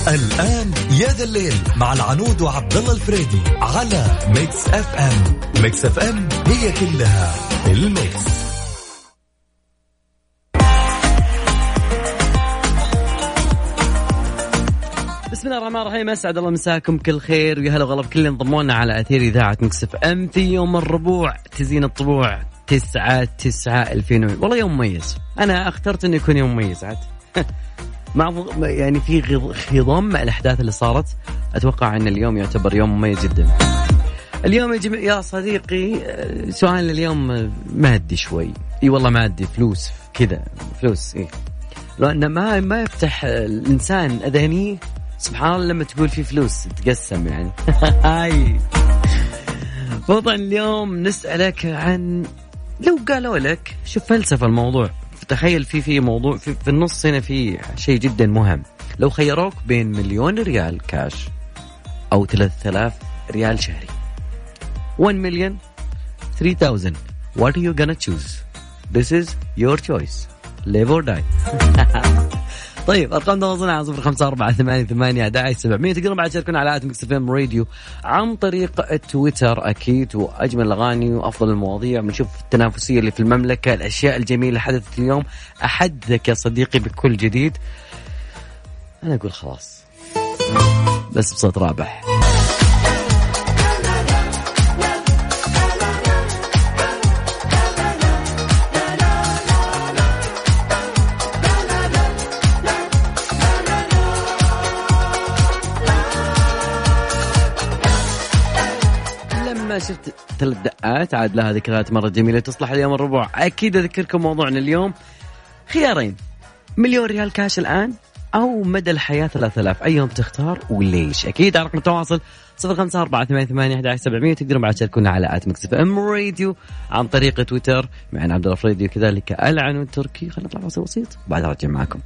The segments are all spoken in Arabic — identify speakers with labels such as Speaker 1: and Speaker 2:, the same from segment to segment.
Speaker 1: الآن يا ذا الليل مع العنود وعبد الله الفريدي على ميكس اف ام. ميكس اف ام هي كلها الميكس.
Speaker 2: بسم الله الرحمن الرحيم. اسعد الله مساكم كل خير ويا هلا وغلا بكل اللي انضمونا على اثير اذاعه ميكس اف ام في يوم الربوع تزين الطبوع 9/9/2000. والله يوم مميز. انا اخترت انه يكون يوم مميز عاد مع يعني في خضم الاحداث اللي صارت. اتوقع ان اليوم يعتبر يوم مميز جدا. اليوم يا صديقي سؤال اليوم مادي شوي. اي والله مادي، فلوس كذا، فلوس. إيه لأن ما يفتح الإنسان أذانيه سبحان الله لما تقول في فلوس تقسم يعني. هاي وطبعا اليوم نسألك عن لو قالوا لك شوف فلسفة الموضوع. تخيل في موضوع في النص هنا في شيء جدا مهم. لو خيروك بين 1,000,000 ريال كاش أو 3,000 ريال شهري، 1,000,000 3,000 what are you gonna choose? This is your choice. live or die. طيب أرقام تواصلنا على 0548811700. تقدرون بعد تشاركونا على @mixfm radio عن طريق تويتر أكيد. وأجمل الأغاني وأفضل المواضيع بنشوف التنافسية اللي في المملكة، الأشياء الجميلة حدثت اليوم. أحدثك يا صديقي بكل جديد. أنا أقول خلاص بس بصوت رابح. شفت 3 دقات عاد لها ذكريات مرة جميلة تصلح اليوم الربع. أكيد أذكركم موضوعنا اليوم خيارين، 1,000,000 ريال كاش الآن أو مدى الحياة 3,000. أيهم تختار وليش؟ أكيد على رقم التواصل 0548811700. تقدرون بعد تشاركونا على @mixfm radio عن طريق تويتر معنا عبد الله فريدي وكذلك العنود تركي. خلينا نطلع فاصل بسيط بعد أرجع معكم.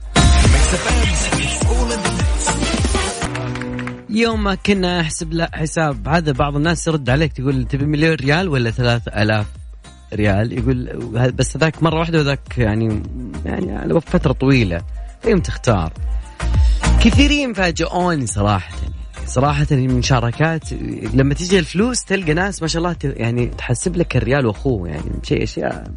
Speaker 2: يوم ما كنا أحسب لا حساب هذا بعض الناس يرد عليك تقول تبي 1,000,000 ريال ولا 3,000 ريال، يقول بس ذاك مرة واحدة وذاك يعني على فترة طويلة. فيهم تختار. كثيرين فاجئوني صراحة من مشاركات لما تيجي الفلوس تلقى ناس ما شاء الله يعني تحسب لك الريال وأخوه يعني شيء أشياء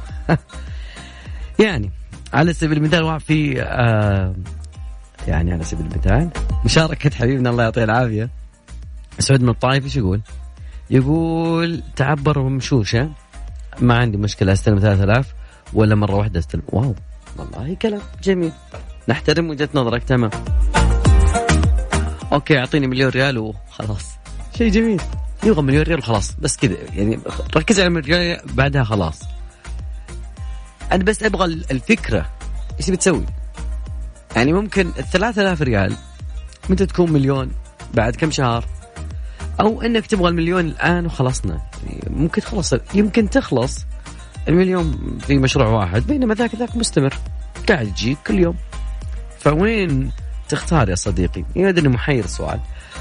Speaker 2: يعني على سبيل المثال واحد في يعني على سبيل المثال مشاركة حبيبنا الله يعطيه العافية سعود من الطائف. ايش يقول تعبر ومشوشة ما عندي مشكلة استلم 3,000 ولا مرة واحدة استلم. واو والله كلام جميل، نحترم وجهة نظرك. تمام اوكي اعطيني 1,000,000 ريال وخلاص، شيء جميل. يبغى 1,000,000 ريال خلاص بس كذا يعني ركز على 1,000,000 ريال بعدها خلاص. انا بس ابغى الفكرة ايش بتسوي. يعني ممكن 3,000 ريال متى تكون 1,000,000 بعد كم شهر، أو أنك تبغى 1,000,000 الآن وخلصنا. يعني ممكن خلص، يمكن تخلص 1,000,000 في مشروع واحد بينما ذاك مستمر قاعد يجيك كل يوم. فوين تختار يا صديقي؟ يدني محير السؤال.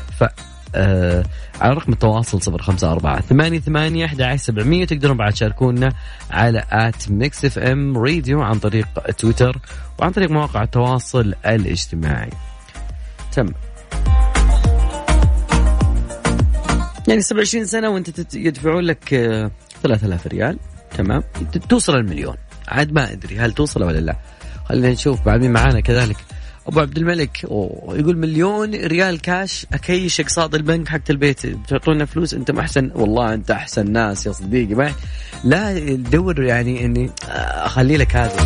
Speaker 2: على رقم التواصل 0548811700. تقدرون بعد تشاركونا على @mixfm radio عن طريق تويتر وعن طريق مواقع التواصل الاجتماعي. تم يعني 27 سنة وانت يدفعون لك 3,000 ريال. تمام توصل 1,000,000 عاد ما أدري هل توصل ولا لا. خلينا نشوف بعد مين معانا. كذلك أبو عبد الملك يقول 1,000,000 ريال كاش أكيش اقساط البنك حق البيت بتعطونا فلوس. أنتم أحسن والله، أنت أحسن ناس يا صديقي. ما لا دور يعني إني أخلي لك هذا.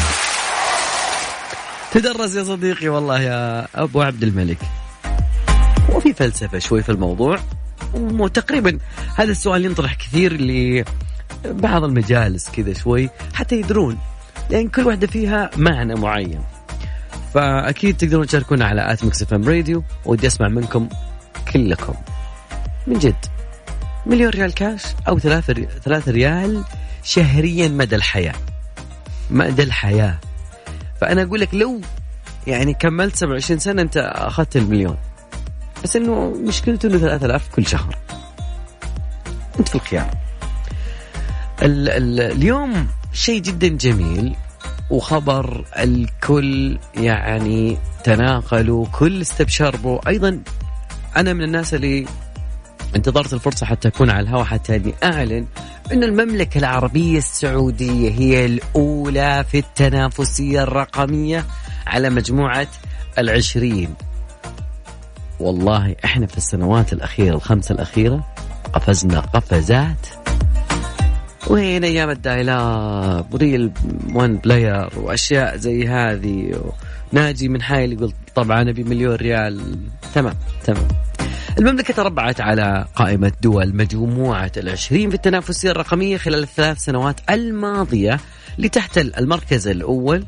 Speaker 2: تدرس يا صديقي والله يا أبو عبد الملك. وفي فلسفة شوي في الموضوع وتقريبا هذا السؤال ينطرح كثير لبعض المجالس كذا شوي حتى يدرون لأن كل واحدة فيها معنى معين. فأكيد تقدرون تشاركونا على @mixfm radio ودي أسمع منكم كلكم من جد. 1,000,000 ريال كاش أو 3 ريال شهريا مدى الحياة. فأنا أقول لك لو يعني كملت 27 سنة أنت أخذت 1,000,000 بس إنه مشكلته إنه 3,000 كل شهر. أنت في الخيار. اليوم شيء جدا جميل وخبر الكل يعني تناقلوا، كل استبشروا. أيضا أنا من الناس اللي انتظرت الفرصة حتى أكون على الهواء حتى أني أعلن أن المملكة العربية السعودية هي الأولى في التنافسية الرقمية على مجموعة 20. والله إحنا في السنوات الأخيرة 5 الأخيرة قفزنا قفزات، وين أيام الدايلاب وريل 1 بلاير وأشياء زي هذه. ناجي من حالي قلت طبعا أبي مليون ريال. تمام. المملكة تربعت على قائمة دول مجموعة 20 في التنافسية الرقمية خلال ال3 سنوات الماضية لتحتل المركز الأول،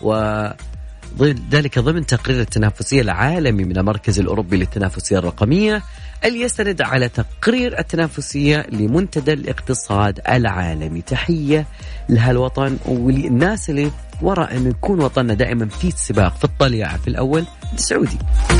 Speaker 2: وذلك ضمن تقرير التنافسية العالمي من المركز الأوروبي للتنافسية الرقمية اللي يستند على تقرير التنافسية لمنتدى الاقتصاد العالمي. تحية لهالوطن وللناس اللي وراء أن يكون وطننا دائما في السباق، في الطليعة، في الأول السعودي.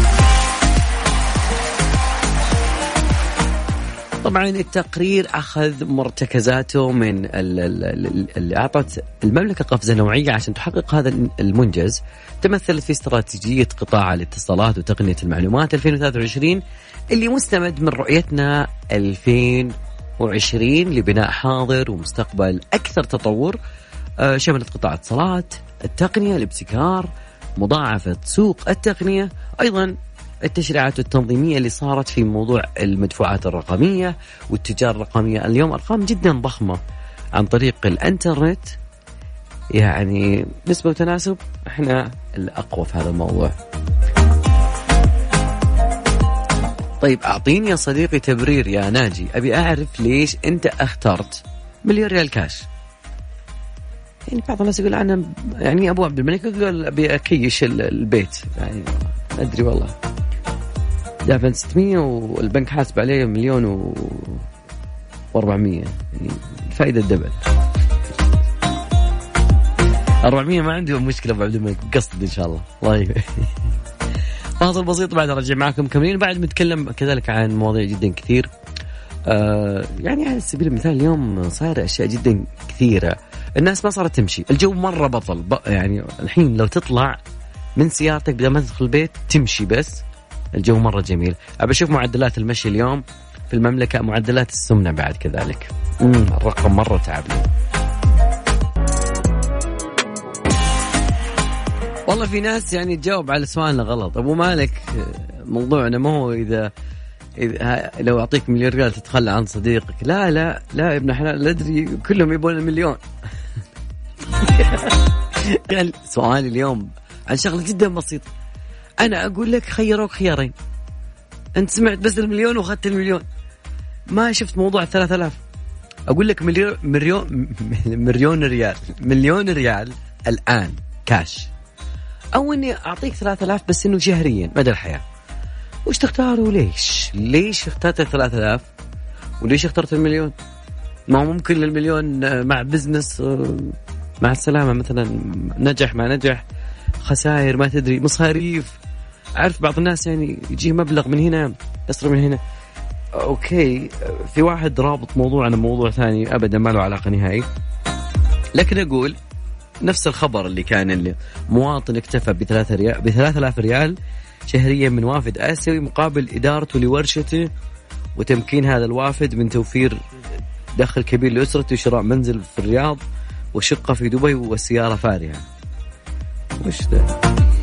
Speaker 2: طبعا التقرير أخذ مرتكزاته من اللي أعطت المملكة قفزة نوعية عشان تحقق هذا المنجز، تمثلت في استراتيجية قطاع الاتصالات وتقنية المعلومات 2023 اللي مستمد من رؤيتنا 2020 لبناء حاضر ومستقبل أكثر تطور، شملت قطاع الاتصالات، التقنية، الابتكار، مضاعفة سوق التقنية، أيضا التشريعات التنظيمية اللي صارت في موضوع المدفوعات الرقمية والتجارة الرقمية. اليوم أرقام جدا ضخمة عن طريق الانترنت، يعني نسبة وتناسب احنا الأقوى في هذا الموضوع. طيب أعطيني يا صديقي تبرير يا ناجي، أبي أعرف ليش أنت اخترت مليون ريال كاش. يعني بعض الناس يقول أنا يعني أبو عبد الملك يقول أبي أكيش البيت، يعني أدري والله دافن 600 والبنك حاسب عليه 1,400,000، يعني الفائدة الدبل. 400 ما عندي مشكلة أبو عبد الملك، قصد إن شاء الله. الله فاصل بسيط بعد أرجع معكم كملين، بعد نتكلم كذلك عن مواضيع جدا كثير. يعني على سبيل المثال اليوم صاير أشياء جدا كثيرة، الناس ما صارت تمشي، الجو مرة بطل يعني الحين لو تطلع من سيارتك بدل ما تدخل البيت تمشي بس، الجو مرة جميل. أبى أشوف معدلات المشي اليوم في المملكة، معدلات السمنة بعد كذلك. الرقم مرة تعبني والله. في ناس يعني تجاوب على سؤالنا غلط. أبو مالك موضوعنا ما هو إذا لو أعطيك مليون ريال تتخلى عن صديقك. لا لا لا يا ابن حلال، لا أدري كلهم يبون المليون. يعني سؤالي اليوم عن شغلة جدا بسيطة، أنا أقول لك خيروك خيارين، أنت سمعت بس المليون وأخذت المليون، ما شفت موضوع 3000. أقول لك مليون ريال الآن كاش، أو إني أعطيك 3000 بس إنه شهريا مدى الحياة. وش تختار وليش اخترت 3000 وليش اخترت المليون؟ ما هو ممكن المليون مع بزنس مع السلامة مثلا، نجح ما نجح، خسائر ما تدري، مصاريف. عارف بعض الناس يعني يجيه مبلغ من هنا يصرف من هنا. أوكي، في واحد رابط موضوعنا موضوع ثاني أبدا ما له علاقة نهائي، لكن أقول نفس الخبر اللي كان اللي مواطن اكتفى ب3000 ريال شهريا من وافد آسيوي مقابل إدارته لورشته وتمكين هذا الوافد من توفير دخل كبير لأسرته وشراء منزل في الرياض وشقة في دبي وسيارة فارهة. وش ده؟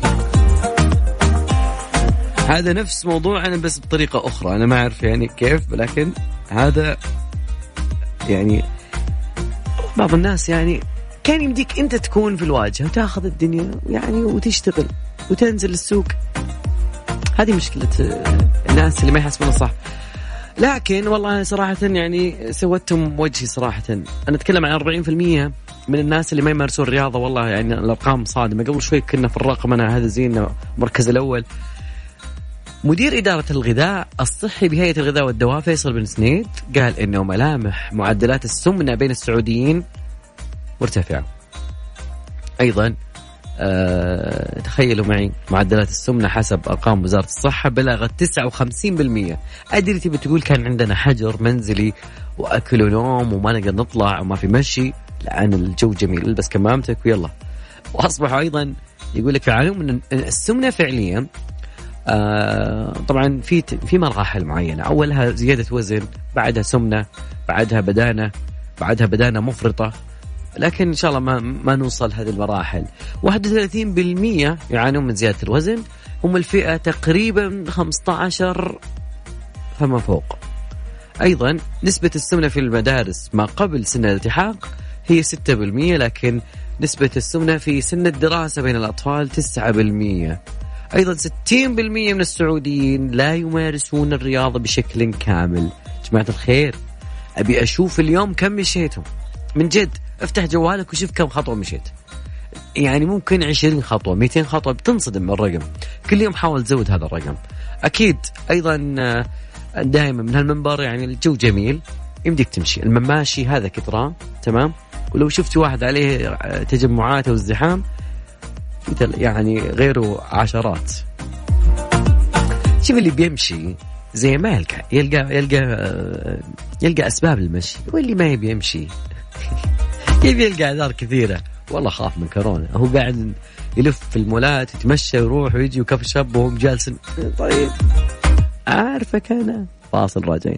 Speaker 2: هذا نفس موضوعنا بس بطريقة أخرى، أنا ما أعرف يعني كيف، لكن هذا يعني بعض الناس يعني كان يمديك أنت تكون في الواجهة وتأخذ الدنيا يعني وتشتغل وتنزل السوق. هذه مشكلة الناس اللي ما يحسبون صح. لكن والله صراحة يعني سوتهم وجهي صراحة. أنا أتكلم عن 40% من الناس اللي ما يمارسون الرياضة. والله يعني الأرقام صادمة. قبل شوي كنا في الرقم، أنا هذا زين المركز الأول. مدير إدارة الغذاء الصحي بهيئة الغذاء والدواء فيصل بن سنيد قال إنه ملامح معدلات السمنة بين السعوديين مرتفعة. أيضا تخيلوا معي معدلات السمنة حسب أرقام وزارة الصحة بلغت 59%. أدري تبي تقول كان عندنا حجر منزلي وأكل ونوم وما نقدر نطلع وما في مشي. لأن الجو جميل، البس كمامتك ويلا. وأصبحوا أيضا يقول لك العلوم أن السمنة فعليا طبعا في مراحل معينة. أولها زيادة وزن، بعدها سمنة، بعدها بدانة مفرطة، لكن إن شاء الله ما نوصل هذه المراحل. 31% يعانون من زيادة الوزن، هم الفئة تقريبا 15 فما فوق. أيضا نسبة السمنة في المدارس ما قبل سن الالتحاق هي 6%، لكن نسبة السمنة في سن الدراسة بين الأطفال 9%. أيضا 60% من السعوديين لا يمارسون الرياضة بشكل كامل. جماعة الخير، أبي أشوف اليوم كم مشيتوا من جد. افتح جوالك وشوف كم خطوة مشيت، يعني ممكن 20 خطوة 200 خطوة، بتنصدم من الرقم. كل يوم حاول تزود هذا الرقم. أكيد أيضا دائما من هالمنبر يعني الجو جميل، يمديك تمشي. المماشي هذا كثرة تمام، ولو شفت واحد عليه تجمعات أو ازدحام يعني غيره عشرات. شوف اللي بيمشي زي ما يلقى أسباب للمشي، واللي ما يبي يمشي يلقى أعذار كثيرة. والله خاف من كورونا، هو قاعد يلف في المولات يتمشى ويروح ويجي وكف شاب وهم جالسين. طيب عارفك أنا. فاصل راجعين.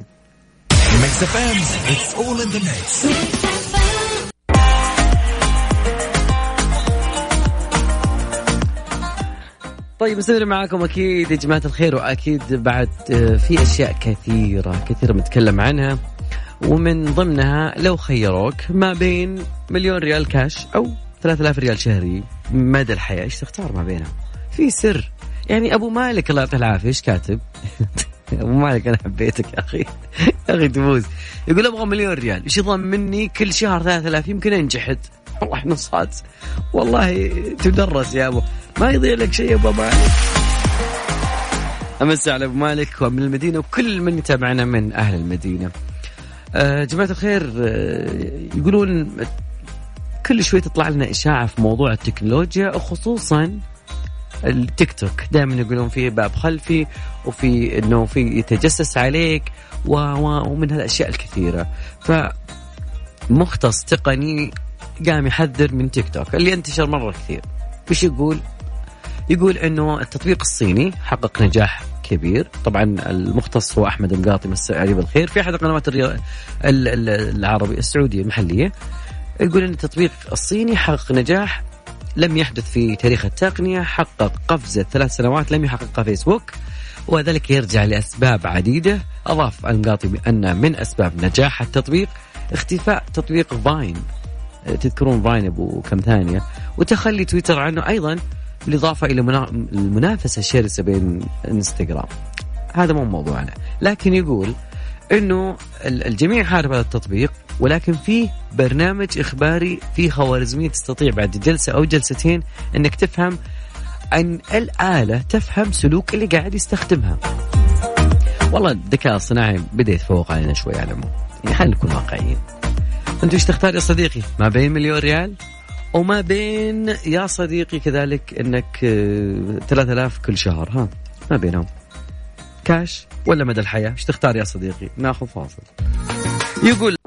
Speaker 2: طيب نستمر معاكم أكيد يا جماعة الخير، وأكيد بعد في أشياء كثيرة نتكلم عنها، ومن ضمنها لو خيروك ما بين 1,000,000 ريال كاش أو 3,000 ريال شهري مدى الحياة، إيش تختار ما بينهم؟ في سر يعني. أبو مالك الله يعطيه العافية إيش كاتب؟ أبو مالك أنا حبيتك يا أخي تفوز. يقول أبغى 1,000,000 ريال، إيش يضمن مني كل شهر 3,000؟ يمكن أنجحد. والله نصات، والله تدرس يا أبو، ما يضيع لك شيء يا أبو مالك. أمسي على أبو مالك ومن المدينة وكل من يتابعنا من أهل المدينة. جماعة الخير، يقولون كل شوي تطلع لنا إشاعة في موضوع التكنولوجيا، وخصوصا التيك توك. دائما يقولون فيه باب خلفي، وفي إنه في يتجسس عليك ومن هالأشياء الكثيرة. فمختص تقني قام يحذر من تيك توك اللي انتشر مرة كثير. وش يقول إنه التطبيق الصيني حقق نجاح كبير. طبعا المختص هو أحمد مقاطي، مساء عليه بالخير، في أحد القنوات العربية السعودية المحلية. يقول أن التطبيق الصيني حقق نجاح لم يحدث في تاريخ التقنية، حقق قفزة 3 سنوات لم يحققها فيسبوك، وذلك يرجع لأسباب عديدة. أضاف المقاطي بأن من أسباب نجاح التطبيق اختفاء تطبيق فاين، تذكرون فاين أبو كم ثانية، وتخلي تويتر عنه، أيضا بالإضافة إلى المنافسة الشرسة بين انستغرام. هذا مو موضوعنا، لكن يقول إنه الجميع عارف هذا التطبيق، ولكن فيه برنامج إخباري فيه خوارزمية تستطيع بعد جلسة أو جلستين أنك تفهم أن الآلة تفهم سلوك اللي قاعد يستخدمها. والله الذكاء الصناعي بدأ يتفوق علينا شوي على مو، يعني خلينا نكون واقعيين. أنت إيش تختار يا صديقي ما بين 1,000,000 ريال وما بين يا صديقي كذلك أنك 3,000 كل شهر؟ ها ما بينهم كاش ولا مدى الحياة؟ إيش تختار يا صديقي؟ ناخذ فاصل. يقول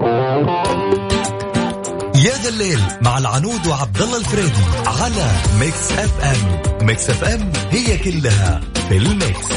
Speaker 1: يا ذا الليل مع العنود وعبد الله الفريدي على ميكس اف ام. ميكس اف ام هي كلها في الميكس.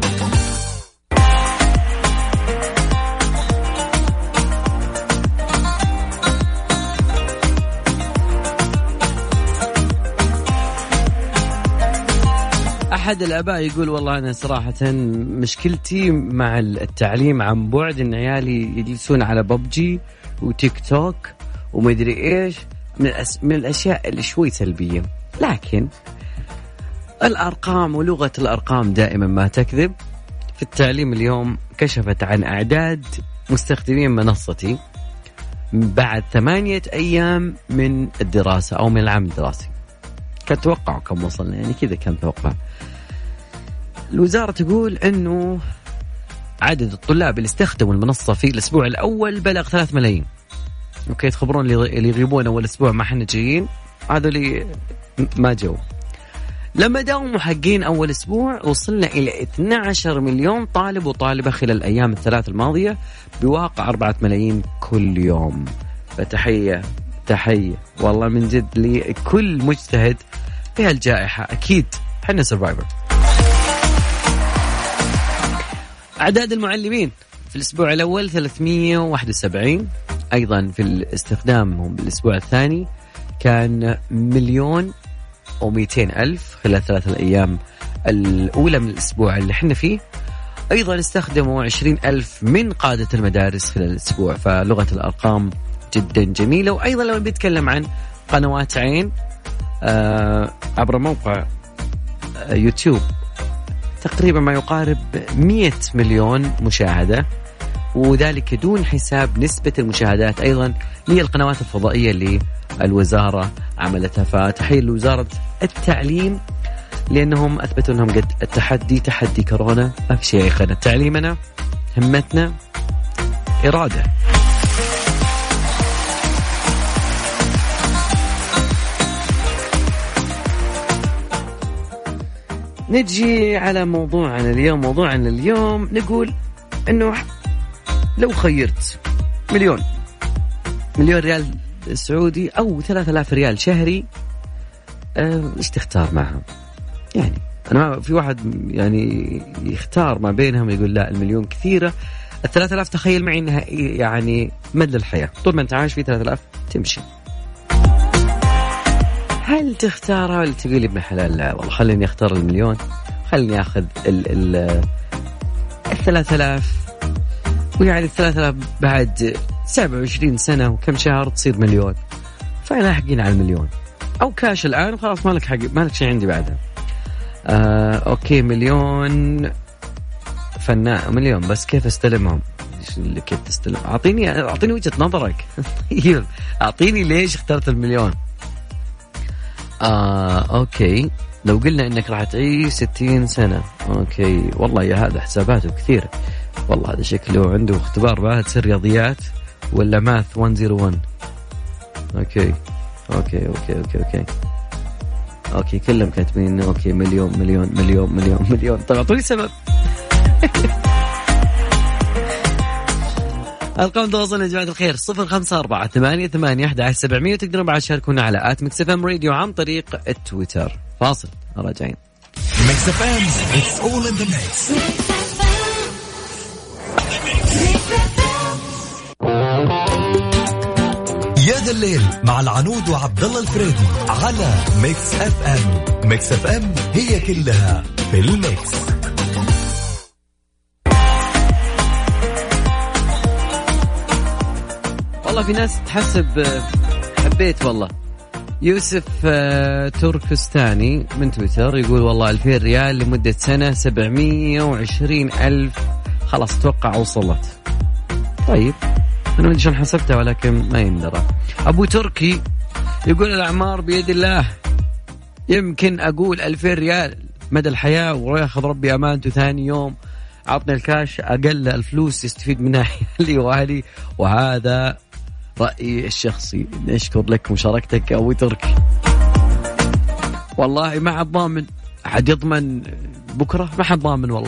Speaker 2: أحد الآباء يقول والله أنا صراحة مشكلتي مع التعليم عن بعد إن عيالي يجلسون على ببجي وتيك توك وما أدري إيش من الأشياء اللي شوي سلبية. لكن الأرقام ولغة الأرقام دائما ما تكذب. في التعليم اليوم كشفت عن أعداد مستخدمين منصتي بعد 8 أيام من الدراسة أو من العام الدراسي. كان توقعوا كم وصلنا، يعني كذا كان توقع. الوزارة تقول أنه عدد الطلاب اللي استخدموا المنصة في الأسبوع الأول بلغ 3 ملايين. أوكي، تخبرون اللي يغيبون أول أسبوع ما حنا جايين، هذا اللي ما جو. لما داوموا حقين أول أسبوع وصلنا إلى 12 مليون طالب وطالبة خلال الأيام الثلاث الماضية، بواقع 4 ملايين كل يوم. فتحية تحية والله من جد لكل مجتهد في هالجائحة. أكيد حنا سرفايفر. أعداد المعلمين في الأسبوع الأول 371. أيضا في الاستخدامهم بالأسبوع الثاني كان 1,200,000 خلال 3 أيام الأولى من الأسبوع اللي حنا فيه. أيضا استخدموا 20,000 من قادة المدارس خلال الأسبوع. فلغة الأرقام جدا جميلة. وأيضا لو بيتكلم عن قنوات عين عبر موقع يوتيوب تقريبا ما يقارب 100 مليون مشاهدة، وذلك دون حساب نسبة المشاهدات أيضا للقنوات الفضائية اللي الوزارة عملتها. فتحية لوزارة التعليم لأنهم أثبتوا أنهم قد التحدي تحدي كورونا ما في شيء يخنا. تعليمنا همتنا إرادة. نجي على موضوعنا اليوم نقول أنه لو خيرت مليون ريال سعودي أو 3,000 ريال شهري إيش تختار معهم؟ يعني أنا ما في واحد يعني يختار ما بينهم يقول لا المليون كثيرة. 3,000 تخيل معي إنها يعني مدى الحياة طول ما أنت عايش في 3,000 تمشي. هل تختارها ولا تقول ابن حلال لا والله خليني أختار المليون، خليني أخذ ال 3,000 ويعني 3,000 بعد 27 سنة وكم شهر تصير مليون، فلاحقين على المليون. أو كاش الآن وخلاص مالك حق مالك شيء عندي بعدها. أوكي مليون فنان مليون بس كيف استلمهم؟ كيف تستلم؟ أعطيني وجهة نظرك. أعطيني ليش اخترت المليون. أوكي لو قلنا إنك راح تعيش 60 سنة أوكي والله يا هذا حساباته كثيرة والله. هذا شكله عنده اختبار بعد تصير رياضيات ولا ماث 101. أوكي كلهم كاتبين أوكي مليون. طيب أعطوني سبب. أرقام تواصل يا جماعة الخير 0548811700. تقدرون بعد تشاركونا على @mixfm radio عن طريق التويتر. فاصل راجعين.
Speaker 1: mixfm it's all in the mix. يا ذا الليل مع العنود وعبد الله الفريدي على ميكس اف ام. ميكس اف ام هي كلها في الميكس.
Speaker 2: والله في ناس تحسب حبيت والله. يوسف تركستاني من تويتر يقول والله 2,000 ريال لمدة سنة 720,000 خلاص توقع وصلت. طيب أنا ما أدري شلون حسبتها ولكن ما يندرى. أبو تركي يقول الأعمار بيد الله، يمكن أقول 2,000 ريال مدى الحياة وياخذ ربي أمانته ثاني يوم عطني الكاش أقل الفلوس يستفيد منها لي وأهلي. وهذا رأيي الشخصي. نشكر لك مشاركتك أبو تركي. والله ما حد ضامن، أحد يضمن بكرة؟ ما حد ضامن والله.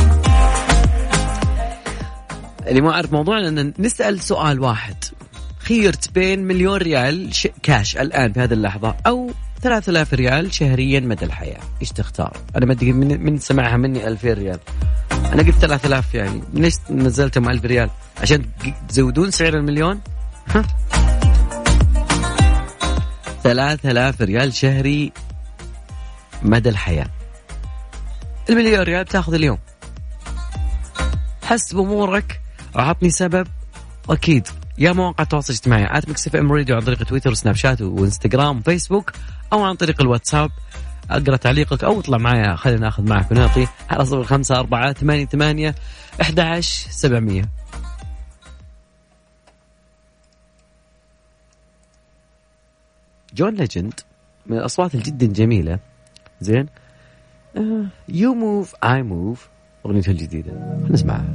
Speaker 2: اللي ما أعرف موضوعنا أن نسأل سؤال واحد. خيرت بين 1,000,000 ريال كاش الآن في هذه اللحظة أو 3,000 ريال شهريا مدى الحياة، إيش تختار؟ أنا ما أدري من سمعها مني 2,000 ريال. أنا قلت 3,000 يعني ليش نزلتهم 1,000 ريال عشان تزودون سعر المليون؟ 3,000 ريال شهري مدى الحياة. 1,000,000 ريال بتاخذ اليوم. حسب أمورك. أعطني سبب. أكيد يا مواقع التواصل الاجتماعي @mixfm radio عن طريق تويتر وسناب شات وانستغرام وفيسبوك أو عن طريق الواتساب. أقرأ تعليقك أو اطلع معي خلينا ناخذ معك ونعطي على 0548811700. جون ليجند من الأصوات الجدا جميلة. زين You Move I Move أغنيته الجديدة نسمعها.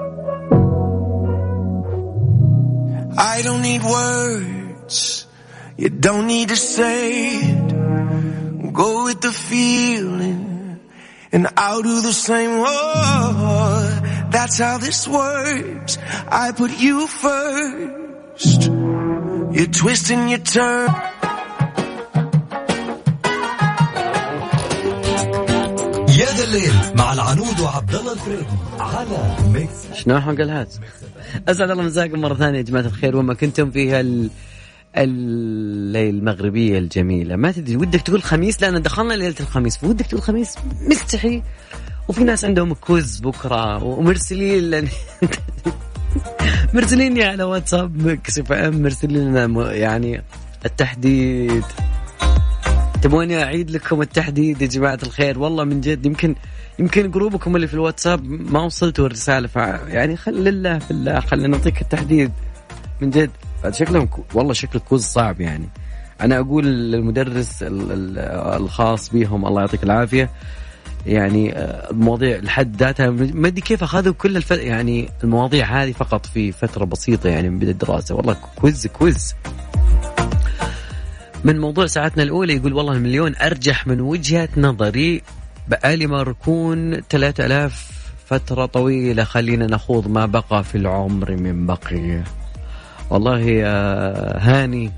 Speaker 3: I don't need words, You don't need to say it. Go with the feeling, and I'll do the same. Oh, that's how this works. I put you first. You're twisting your turn.
Speaker 1: يا ذا الليل مع العنود وعبد الله الفريدي على ميكس.
Speaker 2: شنو حق الهات؟ أسعد الله مساكم مرة ثانية يا جماعة الخير وما كنتم فيها الليل المغربية الجميلة. ما تدري ودك تقول خميس لأن دخلنا ليلة الخميس فودك تقول خميس مستحي. وفي ناس عندهم كويز بكرة ومرسلين مرسليني على واتساب ميكس اف ام مرسلين لنا يعني التحديد. تبوني أعيد لكم التحديد يا جماعة الخير؟ والله من جد يمكن جروبكم اللي في الواتساب ما وصلتوا الرسالة يعني لله في الله خلينا نعطيك التحديد من جد. شكلهم والله شكل كوز صعب يعني. أنا أقول للمدرس الخاص بهم الله يعطيك العافية يعني المواضيع لحد ذاتها ما أدري كيف أخذوا كل يعني المواضيع هذه فقط في فترة بسيطة يعني من بداية الدراسة. والله كوز من موضوع ساعتنا الأولى يقول والله المليون أرجح من وجهة نظري بقالي مركون 3000 فترة طويلة خلينا نخوض ما بقى في العمر من بقية. والله يا هاني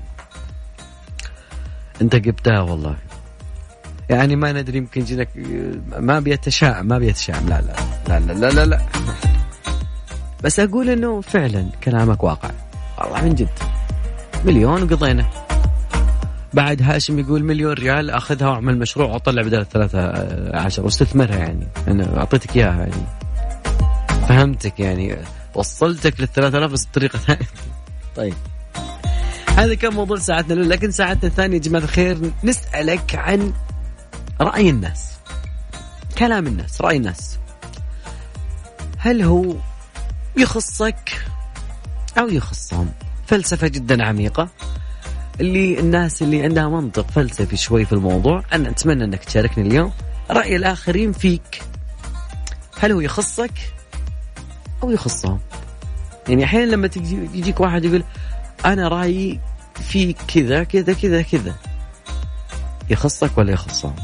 Speaker 2: أنت جبتها والله يعني ما ندري يمكن جينك ما بيتشائم لا لا لا لا لا لا بس أقول إنه فعلا كلامك واقع والله من جد. مليون وقضينا. بعد هاشم يقول $1,000,000 أخذها وأعمل مشروع وأطلع بدل 13 واستثمرها يعني أنا أعطيتك إياها يعني فهمتك يعني وصلتك لل3000 بس بطريقة ثانية. طيب هذا كان موضوع ساعتنا الأولى. لكن ساعتنا الثانية يا جماعة الخير نسألك عن رأي الناس كلام الناس رأي الناس هل هو يخصك أو يخصهم؟ فلسفة جدا عميقة اللي الناس اللي عندها منطق فلسفي شوي في الموضوع. أنا أتمنى أنك تشاركني اليوم رأي الآخرين فيك هل هو يخصك أو يخصهم؟ يعني أحيانا لما يجيك واحد يقول أنا رأيي فيك كذا كذا كذا كذا يخصك ولا يخصهم؟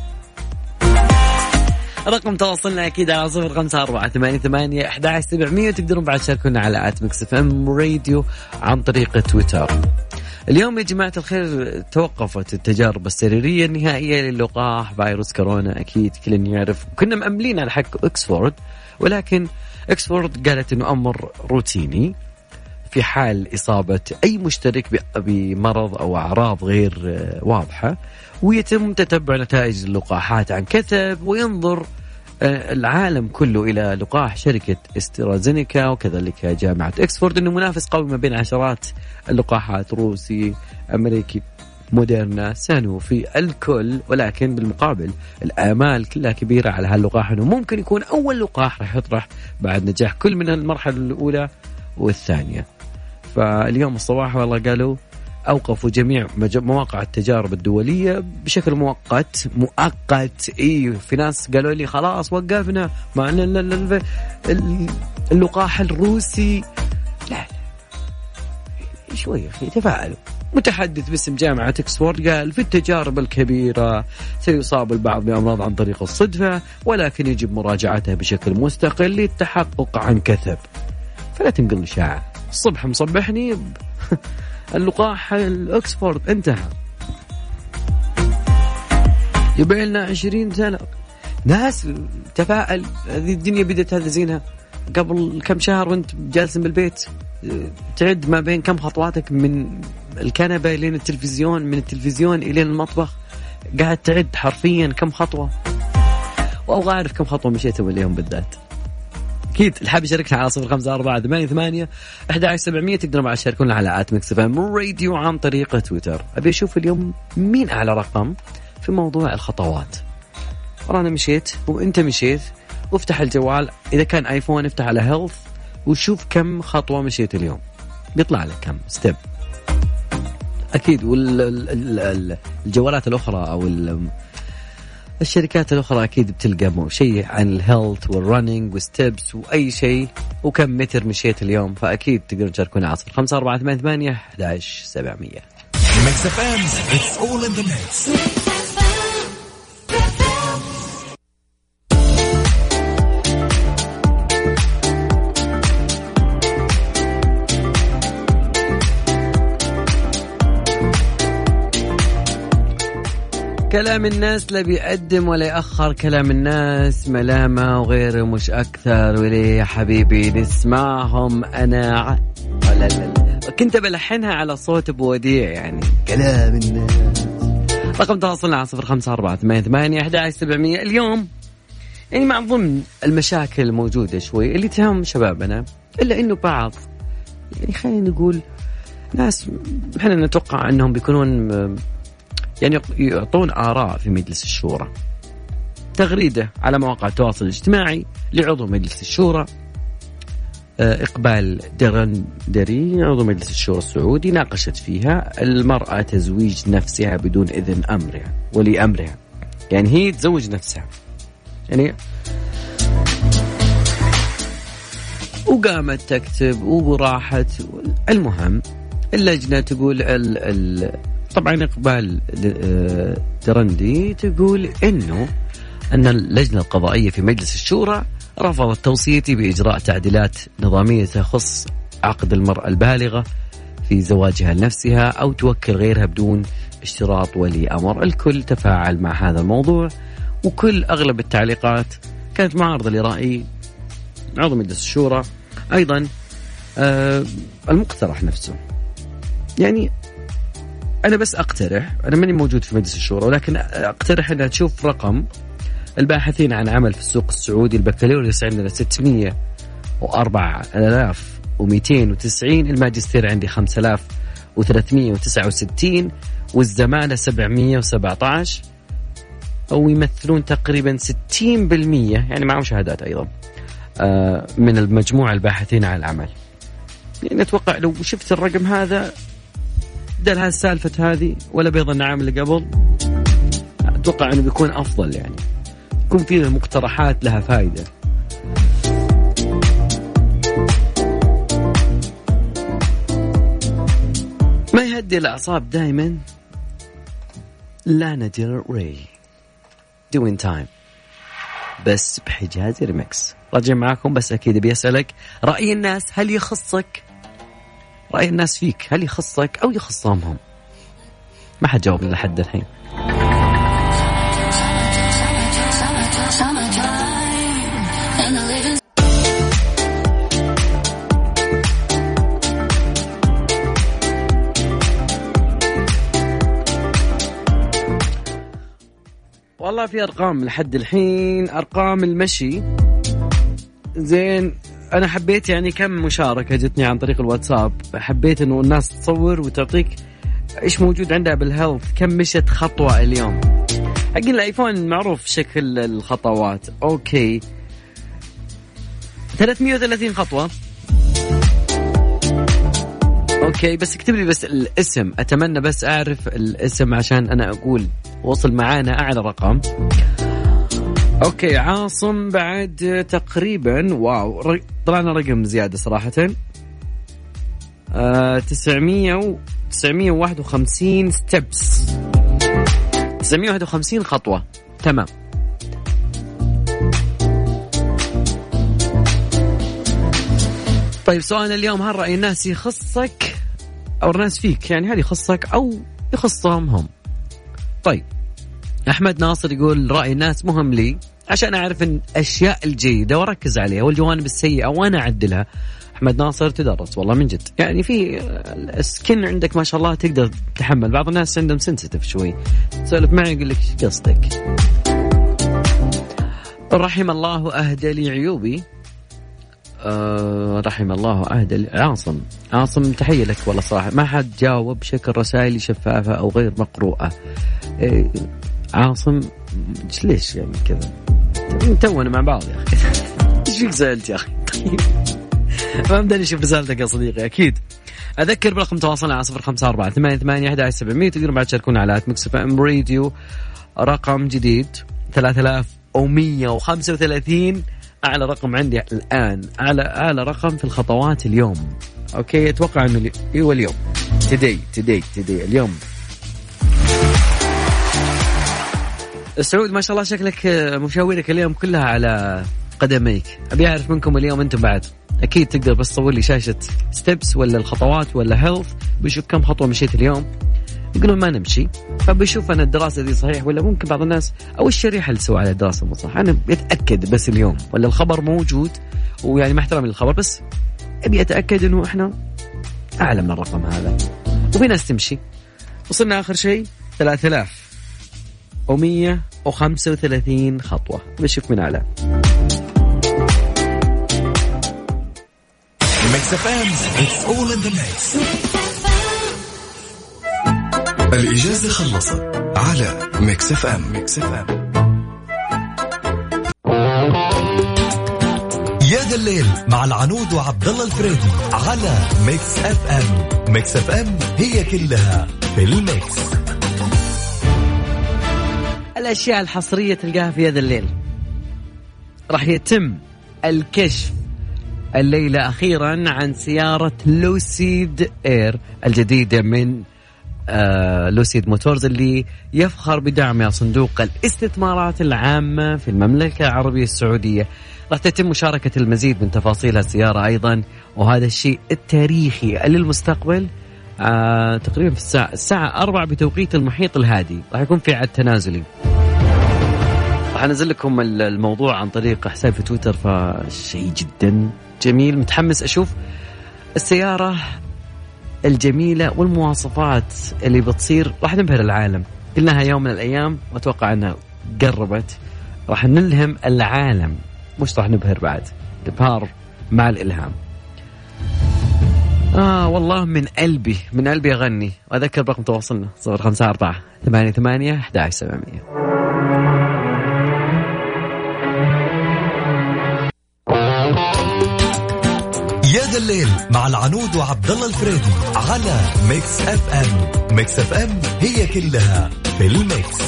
Speaker 2: رقم تواصلنا أكيد على 0548811700 تقدرون بعد تشاركونا على @mixfm radio عن طريق تويتر. اليوم يا جماعة الخير توقفت التجارب السريرية النهائية للقاح فيروس كورونا. أكيد كلنا يعرف كنا مأملين على حق إكسفورد ولكن إكسفورد قالت إنه أمر روتيني في حال إصابة أي مشترك بمرض أو أعراض غير واضحة ويتم تتبع نتائج اللقاحات عن كثب وينظر العالم كله إلى لقاح شركة استرازينيكا وكذلك جامعة إكسفورد إنه منافس قوي ما بين عشرات اللقاحات روسي أمريكي موديرنا سانوفي الكل. ولكن بالمقابل الآمال كلها كبيرة على هاللقاح إنه ممكن يكون أول لقاح راح يطرح بعد نجاح كل من المرحلة الأولى والثانية. فاليوم الصباح والله قالوا أوقفوا جميع مواقع التجارب الدولية بشكل مؤقت. في ناس قالوا لي خلاص وقفنا مع اللقاح الروسي. لا شوي تفاعلوا. متحدث باسم جامعة إكسفورد قال في التجارب الكبيرة سيصاب البعض بأمراض عن طريق الصدفة ولكن يجب مراجعتها بشكل مستقل للتحقق عن كثب. فلا تنقل إشاعة. الصبح مصبحني اللقاح الأكسفورد انتهى يبقى لنا 20 سنة. ناس تفاعل. هذه الدنيا بدأت هذا زينها قبل كم شهر وانت جالس بالبيت تعد ما بين كم خطواتك من الكنبة إلى التلفزيون من التلفزيون إلى المطبخ قاعد تعد حرفيا كم خطوة. وأبغى أعرف كم خطوة مشيتوا اليوم بالذات. أكيد الحاب يشاركنا على 0548811700 تقدروا معنا تشاركونا على @mixfm radio عن طريق تويتر. أبي أشوف اليوم مين أعلى رقم في موضوع الخطوات. أنا مشيت وأنت مشيت وافتح الجوال إذا كان آيفون افتح على هيلث وشوف كم خطوة مشيت اليوم بيطلع لك كم ستيب. أكيد والجوالات الأخرى أو الشركات الأخرى أكيد بتلقى شيء عن الهيلث والرننج والستيبس وأي شيء وكم متر مشيت اليوم. فأكيد تقدرون تشاركونا على 0548811700.
Speaker 1: Mix FM, it's all in the mix.
Speaker 2: كلام الناس لا بيقدم ولا يأخر، كلام الناس ملامة وغيره مش أكثر. وليه يا حبيبي نسمعهم؟ أنا لا كنت بلحنها على صوت بوديع يعني. كلام الناس. رقم تواصلنا على 0548811700. اليوم يعني مع ضمن المشاكل الموجودة شوي اللي تهم شبابنا، إلا إنه بعض يعني خلينا نقول ناس إحنا نتوقع أنهم بيكونون يعني يعطون آراء في مجلس الشورى. تغريدة على مواقع التواصل الاجتماعي لعضو مجلس الشورى إقبال درندري عضو مجلس الشورى السعودي، ناقشت فيها المرأة تزويج نفسها بدون إذن أمرها ولي أمرها، يعني هي تزوج نفسها يعني. وقامت تكتب وراحت. المهم اللجنة تقول طبعا إقبال درندي تقول أن اللجنة القضائية في مجلس الشورى رفضت توصيتي بإجراء تعديلات نظامية تخص عقد المرأة البالغة في زواجها لنفسها أو توكل غيرها بدون اشتراط ولي أمر. الكل تفاعل مع هذا الموضوع، وكل أغلب التعليقات كانت معارضة لرأي عضو مجلس الشورى. أيضا المقترح نفسه، يعني أنا بس أقترح، أنا ماني موجود في مجلس الشورى، ولكن أقترح أنها تشوف رقم الباحثين عن عمل في السوق السعودي. البكالوريوس عندنا 604,290، الماجستير عندي 5,369، والزمالة 717، أو يمثلون تقريبا 60% يعني معهم شهادات أيضا من المجموعة الباحثين عن العمل. يعني أتوقع لو شفت الرقم هذا بدل هالسالفة هذه ولا بيض النعام اللي قبل، أتوقع أنه بيكون أفضل، يعني يكون فيه المقترحات لها فائدة. ما يهدي الأعصاب دائما لانا ديل ري دوين تايم، بس بحجاز ريمكس. راجع معاكم، بس أكيد بيسألك رأي الناس هل يخصك؟ رأي الناس فيك هل يخصك أو يخصهم؟ ما حد جاوب لحد الحين. والله في أرقام لحد الحين، أرقام المشي زين. أنا حبيت يعني كم مشاركة جتني عن طريق الواتساب، حبيت إنه الناس تصور وتعطيك إيش موجود عندها بالهيلث، كم مشت خطوة اليوم. حق الآيفون معروف شكل الخطوات، أوكي 330 خطوة. أوكي بس اكتب لي بس الاسم، أتمنى بس أعرف الاسم عشان أنا أقول وصل معانا أعلى رقم. أوكي عاصم بعد تقريبا، واو طلعنا رقم زيادة صراحة، 951 ستيبس، 951 خطوة. تمام. طيب سؤال اليوم، هل رأي الناس يخصك أو الناس فيك؟ يعني هل يخصك أو يخصهم هم؟ طيب أحمد ناصر يقول رأي الناس مهم لي عشان أعرف الأشياء الجيدة وأركز عليها والجوانب السيئة وأنا أعدلها. أحمد ناصر تدرس والله من جد، يعني في السكن عندك ما شاء الله تقدر تحمل. بعض الناس عندهم سنسيتيف شوي، تسولف معي يقول لك قصدك. رحم الله أهدى لي عيوبي، رحم الله أهدى لي. عاصم تحية لك والله صراحة، ما حد جاوب بشكل رسائل شفافة أو غير مقروءة. عاصم ليش يعني كذا؟ تونا مع بعض يا أخي. إيش فيك سألت يا أخي؟ طيب ما بدنا نشوف رسالتك يا صديقي. أكيد أذكر برقم تواصلنا على 0548811700. تقدرون بعد تشاركونا على @mixfm راديو. رقم جديد 3135، أعلى رقم عندي الآن، أعلى رقم في الخطوات اليوم. أوكي أتوقع إنه اليوم today اليوم سعود ما شاء الله شكلك مشاورك اليوم كلها على قدميك. أبي أعرف منكم اليوم أنتم بعد أكيد تقدر بس تصور لي شاشة ستيبس ولا الخطوات ولا هيلث، بيشوف كم خطوة مشيت اليوم. يقولون ما نمشي، فبيشوف أنا الدراسة دي صحيح ولا ممكن بعض الناس أو الشريحة اللي سووا على الدراسة مو صح. أنا بتأكد بس اليوم ولا الخبر موجود، ويعني ما احترم للخبر بس أبي أتأكد إنه إحنا أعلى من الرقم هذا. وفي ناس تمشي. وصلنا آخر شيء 3135 خطوة. بشوف من أعلى.
Speaker 1: Mix FM, it's all in the mix. الإجازة خلصت على Mix FM. يا ذا الليل مع العنود وعبد الله الفريدي على Mix FM. Mix FM هي كلها في الميكس.
Speaker 2: الأشياء الحصرية تلقاها في هذا الليل. راح يتم الكشف الليلة أخيرا عن سيارة لوسيد إير الجديدة من لوسيد موتورز اللي يفخر بدعمها صندوق الاستثمارات العامة في المملكة العربية السعودية. راح تتم مشاركة المزيد من تفاصيل السيارة أيضا، وهذا الشيء التاريخي للمستقبل. تقريبا في الساعة 4 بتوقيت المحيط الهادي راح يكون في عد تنازلي. راح أنزل لكم الموضوع عن طريق حسابي في تويتر، فشيء جدا جميل. متحمس أشوف السيارة الجميلة والمواصفات اللي بتصير. راح نبهر العالم، قلناها يوم من الأيام وأتوقع أنها قربت. راح نلهم العالم، مش راح نبهر بعد، إبهار مع الإلهام. والله من قلبي أغني. وأذكر رقم تواصلنا 0548811700.
Speaker 1: يا ذا الليل مع العنود وعبد الله الفريدي على ميكس اف ام. ميكس اف ام هي كلها في الميكس.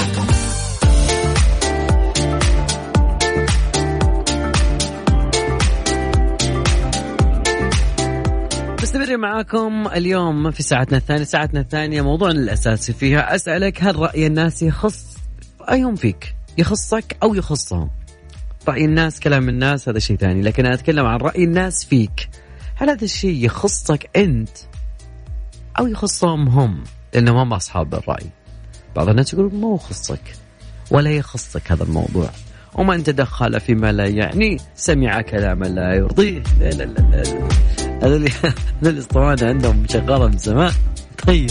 Speaker 2: مستمر معاكم اليوم في ساعتنا الثانية. موضوعنا الأساسي فيها أسألك: هل رأي الناس يخص رأيهم فيك؟ يخصك أو يخصهم؟ رأي الناس كلام الناس هذا شيء ثاني، لكن أنا أتكلم عن رأي الناس فيك. هل هذا الشيء يخصك أنت أو يخصهم هم؟ لأنهم هم أصحاب الرأي. بعض الناس يقول ما يخصك ولا يخصك هذا الموضوع، ومن تدخل فيما لا يعني سمع كلاما لا يرضيه. لا لا لا لا، هذا الاسطوانة عندهم شغالة من زمان. طيب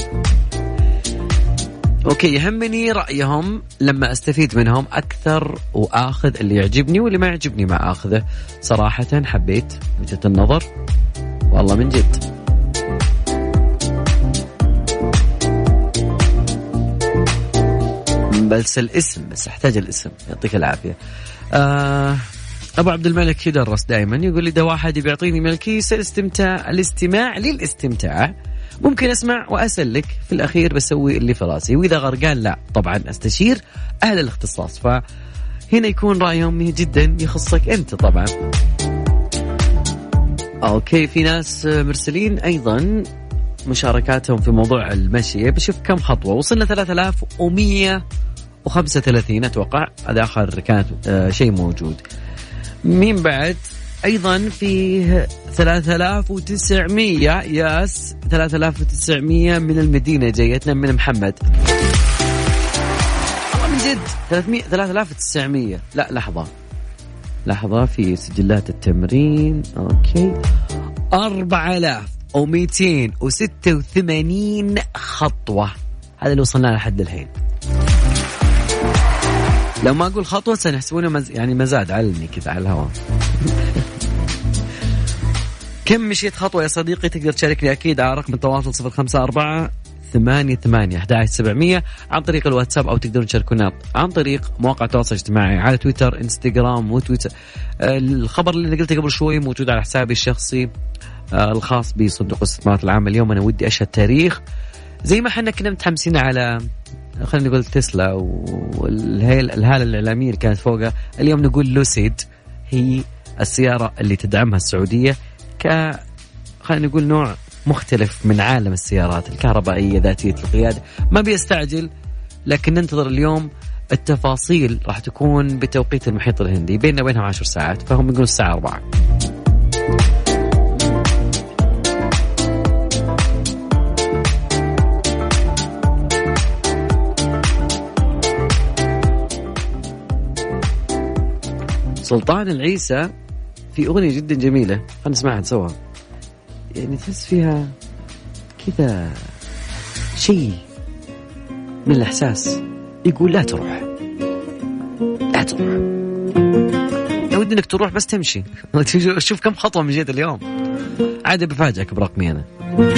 Speaker 2: أوكي، يهمني رأيهم لما أستفيد منهم أكثر وآخذ اللي يعجبني، واللي ما يعجبني ما آخذه. صراحة حبيت وجهة النظر والله من جد. بس الاسم، بس احتاج الاسم. يعطيك العافية. أبو عبد الملك يدرس دائما يقول لي: ده واحد بيعطيني من الكيس الاستماع للاستمتاع، ممكن أسمع وأسلك، في الأخير بسوي اللي في راسي، وإذا غرقان لا طبعا أستشير أهل الاختصاص. فهنا يكون رأيهم جدا يخصك أنت طبعا. أوكي، في ناس مرسلين أيضا مشاركاتهم في موضوع المشي. بشوف كم خطوة وصلنا. 3135 أتوقع، هذا آخر كانت شيء موجود. مين بعد؟ أيضا فيه 3900 ياس 3900 من المدينة جايتنا من محمد. والله من جد 3900. لا لحظة في سجلات التمرين. أوكي، 4286 خطوة. هذا اللي وصلنا لحد الحين. لو ما أقول خطوة سنحسبونه يعني مزاد علمي كذا على الهواء. كم مشيت خطوة يا صديقي؟ تقدر تشاركني أكيد على رقم التواصل 0548811700 عن طريق الواتساب، أو تقدرون تشاركونا عن طريق مواقع التواصل الاجتماعي على تويتر، انستغرام وتويتر. الخبر اللي قلته قبل شوي موجود على حسابي الشخصي الخاص بصندوق الاستثمارات العامة. اليوم أنا ودي أشهد تاريخ زي ما احنا كنا متحمسين على خلينا نقول تسلا والهالة الإعلامية اللي كانت فوقها. اليوم نقول لوسيد هي السيارة اللي تدعمها السعودية خلينا نقول نوع مختلف من عالم السيارات الكهربائية ذاتية القيادة. ما بيستعجل، لكن ننتظر اليوم التفاصيل راح تكون بتوقيت المحيط الهندي، بيننا وبينهم 10 ساعات، فهم يقولون الساعة 4. سلطان العيسى في أغنية جدا جميلة، خلينا نسمعها سوا، يعني تحس فيها كذا شيء من الإحساس، يقول لا تروح لا تروح، أود إنك تروح بس تمشي. شوف كم خطوة من جهة اليوم، عادي بفاجئك برقمي أنا.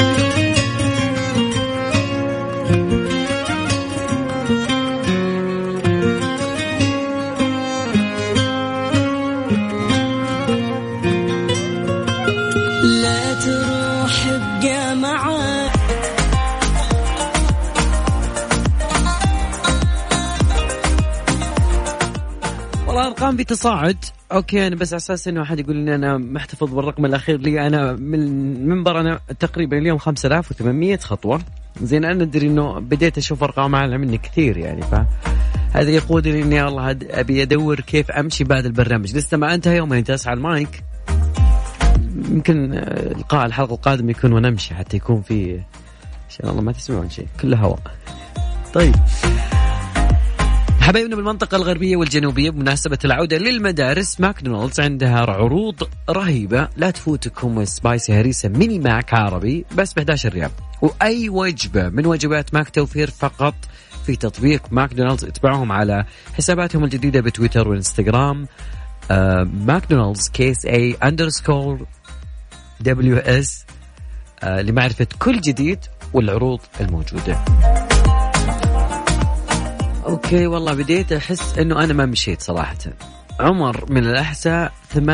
Speaker 2: الأرقام بتصاعد. أوكي أنا بس أساس إنه أحد يقول إني أنا محتفظ بالرقم الأخير لي، أنا من المنبر أنا تقريبا اليوم 5800 خطوة. زين أنا أدري إنه بديت أشوف أرقام أعلى مني كثير يعني، فهذا يقودني إني والله أبي أدور كيف أمشي بعد البرنامج. لسه ما انتهى يوم أنت أسعى المايك، يمكن لقاء الحلقة القادم يكون ونمشي حتى يكون في إن شاء الله ما تسمعون شيء، كله هواء. طيب حبايبنا بالمنطقة الغربية والجنوبية، بمناسبة العودة للمدارس، ماكدونالدز عندها عروض رهيبة لا تفوتكم. سبايسي هريسة ميني ماك عربي بس ب11 ريال، وأي وجبة من وجبات ماك توفير فقط في تطبيق ماكدونالدز. اتبعوهم على حساباتهم الجديدة بتويتر والإنستغرام، ماكدونالدز KSA_WS لمعرفة كل جديد والعروض الموجودة. أوكي والله بديت أحس أنه أنا ما مشيت صراحة. عمر من الأحساء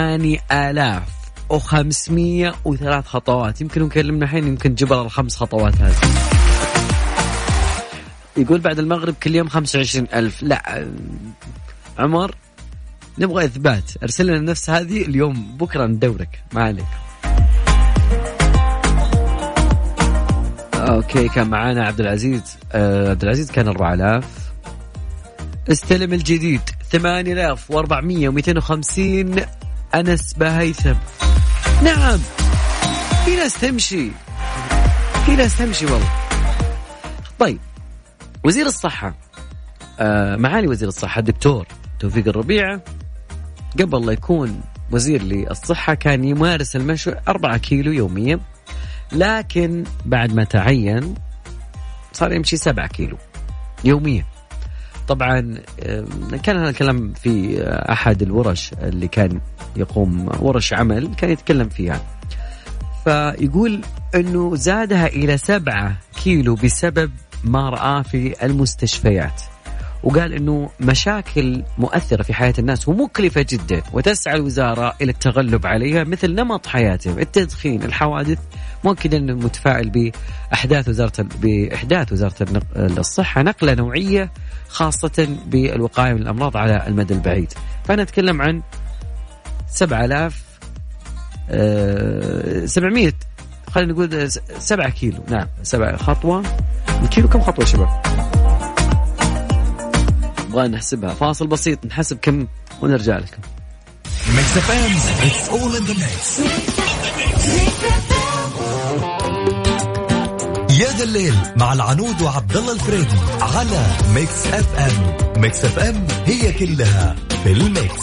Speaker 2: 8503 خطوات، يمكن نكلمنا الحين يمكن جبر 5 خطوات هذه. يقول بعد المغرب كل يوم 25,000. لا عمر نبغى إثبات، أرسل لنا نفس هذه اليوم، بكرة ندورك ما عليك. أوكي كان معانا عبد العزيز. عبد العزيز كان 4000. استلم الجديد 8400 و250. أنس بهيثم نعم، في ناس تمشي والله. طيب وزير الصحة، معالي وزير الصحة الدكتور توفيق الربيعة، قبل لا يكون وزير للصحة كان يمارس المشي 4 كيلو يوميا، لكن بعد ما تعين صار يمشي 7 كيلو يوميا. طبعا كان هذا الكلام في أحد الورش اللي كان يقوم ورش عمل كان يتكلم فيها، فيقول أنه زادها إلى 7 كيلو بسبب ما رأى في المستشفيات، وقال أنه مشاكل مؤثرة في حياة الناس ومكلفة جدا، وتسعى الوزارة إلى التغلب عليها مثل نمط حياتهم، التدخين، الحوادث. مؤكدا أنه متفائل بإحداث وزارة الصحة نقلة نوعية خاصة بالوقاية من الأمراض على المدى البعيد. فأنا أتكلم عن 700 خلينا نقول 7 كيلو. نعم 7 خطوة. الكيلو كم خطوة شباب؟ نبغى نحسبها. فاصل بسيط نحسب كم ونرجع لكم.
Speaker 1: يا ذا الليل مع العنود وعبد الله الفريدي على ميكس اف ام. ميكس اف ام هي كلها في الميكس.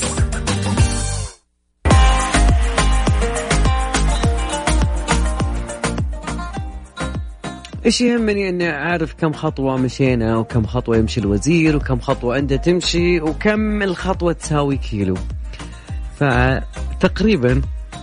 Speaker 2: إيش يهمني أني أعرف كم خطوة مشينا وكم خطوة يمشي الوزير وكم خطوة أنت تمشي وكم الخطوة تساوي كيلو. فتقريبا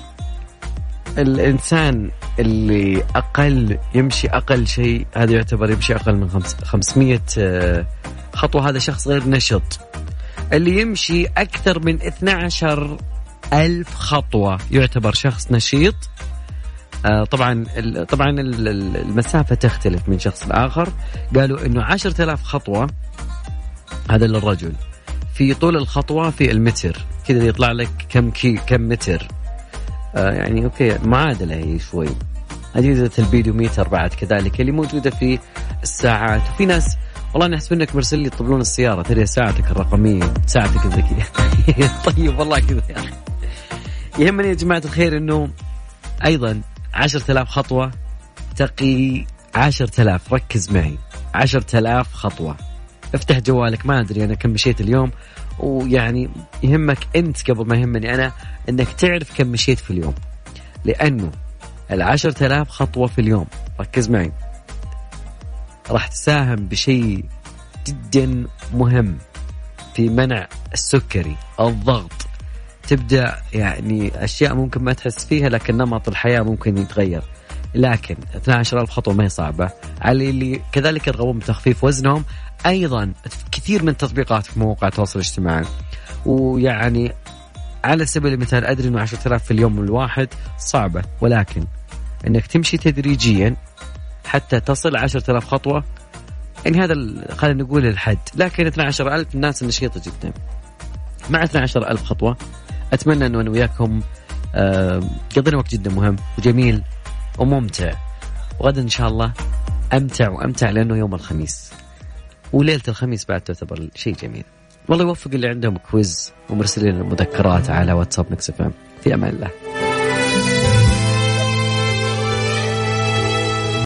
Speaker 2: الإنسان اللي يمشي أقل شيء هذا يعتبر يمشي أقل من 500 خطوة، هذا شخص غير نشط. اللي يمشي أكثر من 12,000 خطوة يعتبر شخص نشيط. طبعا المسافة تختلف من شخص لآخر. قالوا إنه 10,000 خطوة هذا للرجل. في طول الخطوة في المتر كذا يطلع لك كم متر. يعني أوكي معادلة هي شوي. أجهزة البيدوميتر بعد كذلك اللي موجودة في الساعات. وفي ناس والله أنا أحسب إنك مرسل لي طبلون السيارة، ترى ساعتك الرقمية ساعتك الذكية. طيب والله كذا يا أخي. يهمني يا جماعة الخير إنه أيضا 10,000 خطوة تقي 10,000. ركز معي، 10,000 خطوة. افتح جوالك، ما أدري أنا كم مشيت اليوم، ويعني يهمك أنت قبل ما يهمني أنا أنك تعرف كم مشيت في اليوم، لأنه 10,000 خطوة في اليوم، ركز معي، راح تساهم بشيء جدا مهم في منع السكري، الضغط. تبدأ يعني أشياء ممكن ما تحس فيها، لكن نمط الحياة ممكن يتغير. لكن 12,000 خطوة ما هي صعبة على اللي كذلك يرغبون بتخفيف وزنهم. أيضا كثير من تطبيقات في مواقع التواصل الاجتماعي، ويعني على سبيل المثال أدري أنه 10,000 في اليوم الواحد صعبة، ولكن أنك تمشي تدريجيا حتى تصل 10,000 خطوة، يعني هذا خلينا نقول الحد. لكن 12,000 الناس نشيطة جدا. مع 12,000 خطوة أتمنى أنه أنا وياكم قضينا وقت جدا مهم وجميل وممتع، وغدا إن شاء الله أمتع وأمتع، لأنه يوم الخميس وليلة الخميس بعد تعتبر شيء جميل. والله يوفق اللي عندهم كويز ومرسلين المذكرات على واتساب ميكس اف ام. في أمان الله.